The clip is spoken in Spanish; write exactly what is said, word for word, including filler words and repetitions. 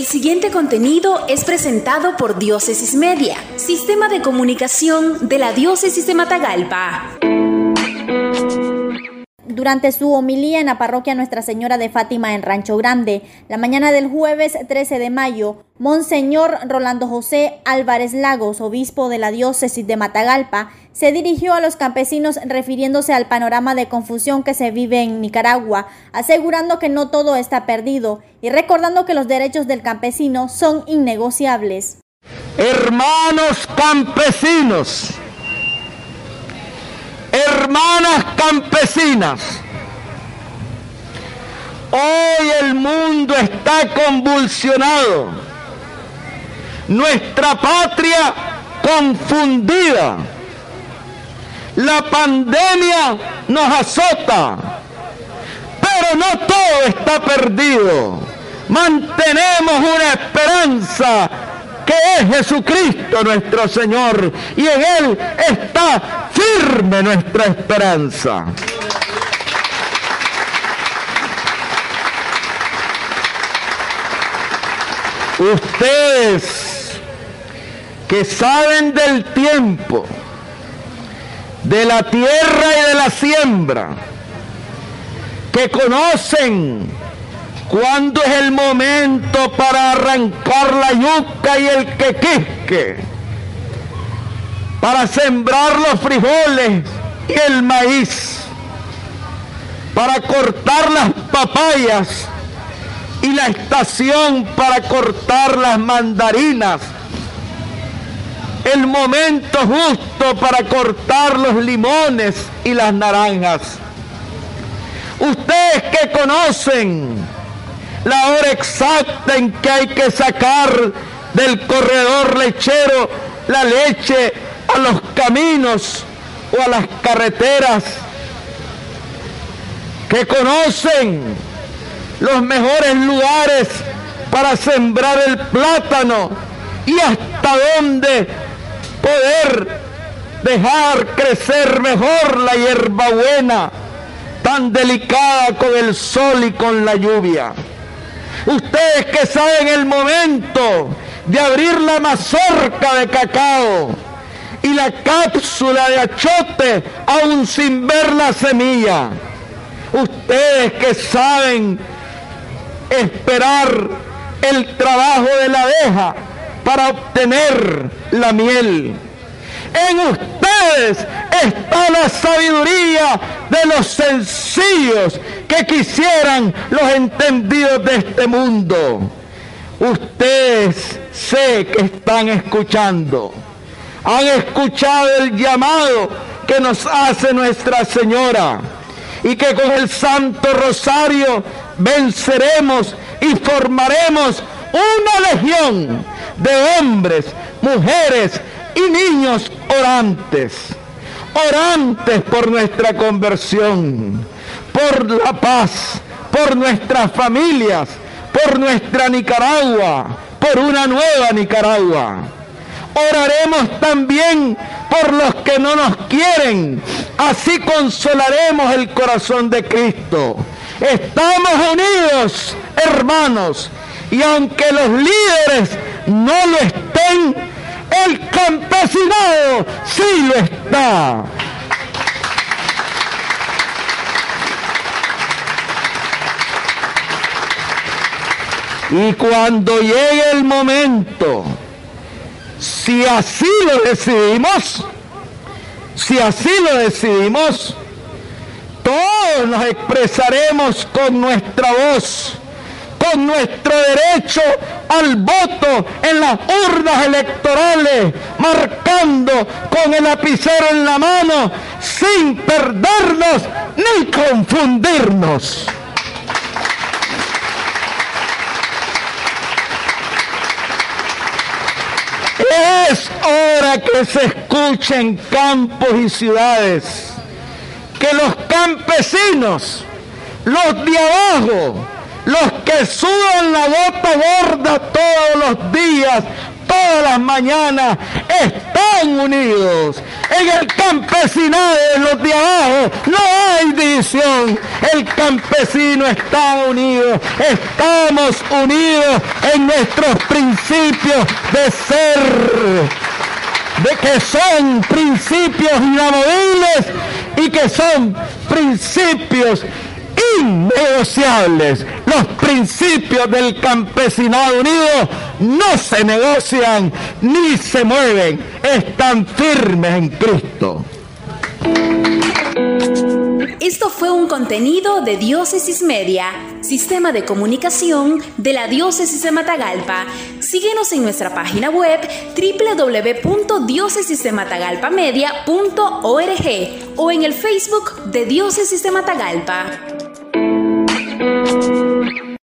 siguiente contenido es presentado por Diócesis Media, Sistema de Comunicación de la Diócesis de Matagalpa. Durante su homilía en la parroquia Nuestra Señora de Fátima en Rancho Grande, la mañana del jueves trece de mayo, Monseñor Rolando José Álvarez Lagos, obispo de la diócesis de Matagalpa, se dirigió a los campesinos refiriéndose al panorama de confusión que se vive en Nicaragua, asegurando que no todo está perdido y recordando que los derechos del campesino son innegociables. Hermanos campesinos, hermanas campesinas, hoy el mundo está convulsionado, nuestra patria confundida, la pandemia nos azota, pero no todo está perdido, mantenemos una esperanza que es Jesucristo nuestro Señor, y en Él está firme nuestra esperanza. Ustedes que saben del tiempo, de la tierra y de la siembra, que conocen cuándo es el momento para arrancar la yuca y el quequisque, para sembrar los frijoles y el maíz, para cortar las papayas y la estación para cortar las mandarinas, el momento justo para cortar los limones y las naranjas. Ustedes que conocen la hora exacta en que hay que sacar del corredor lechero la leche a los caminos o a las carreteras, que conocen los mejores lugares para sembrar el plátano y hasta dónde poder dejar crecer mejor la hierbabuena tan delicada con el sol y con la lluvia. Ustedes que saben el momento de abrir la mazorca de cacao y la cápsula de achote aún sin ver la semilla. Ustedes que saben esperar el trabajo de la abeja para obtener la miel. En ustedes está la sabiduría de los sencillos que quisieran los entendidos de este mundo. Ustedes sé que están escuchando. Han escuchado el llamado que nos hace Nuestra Señora y que con el Santo Rosario venceremos y formaremos una legión de hombres, mujeres y niños orantes, orantes por nuestra conversión, por la paz, por nuestras familias, por nuestra Nicaragua, por una nueva Nicaragua. Oraremos también por los que no nos quieren, así consolaremos el corazón de Cristo. Estamos unidos, hermanos, y aunque los líderes no lo estén, el campesinado sí lo está. Y cuando llegue el momento, si así lo decidimos, si así lo decidimos, todos nos expresaremos con nuestra voz, con nuestro derecho al voto en las urnas electorales, marcando con el lapicero en la mano, sin perdernos ni confundirnos. Es hora que se escuche en campos y ciudades que los campesinos, los de abajo, los que sudan la gota gorda todos los días, todas las mañanas, están unidos, En el campesinado, en los de abajo, no hay división. El campesino está unido. Estamos unidos en nuestros principios de ser, de que son principios inamovibles y que son principios innegociables. Los principios del campesinado unido no se negocian ni se mueven, están firmes en Cristo. Esto fue un contenido de Diócesis Media, sistema de comunicación de la Diócesis de Matagalpa. Síguenos en nuestra página web doble u doble u doble u punto diócesis de matagalpa media punto org o en el Facebook de Diócesis de Matagalpa.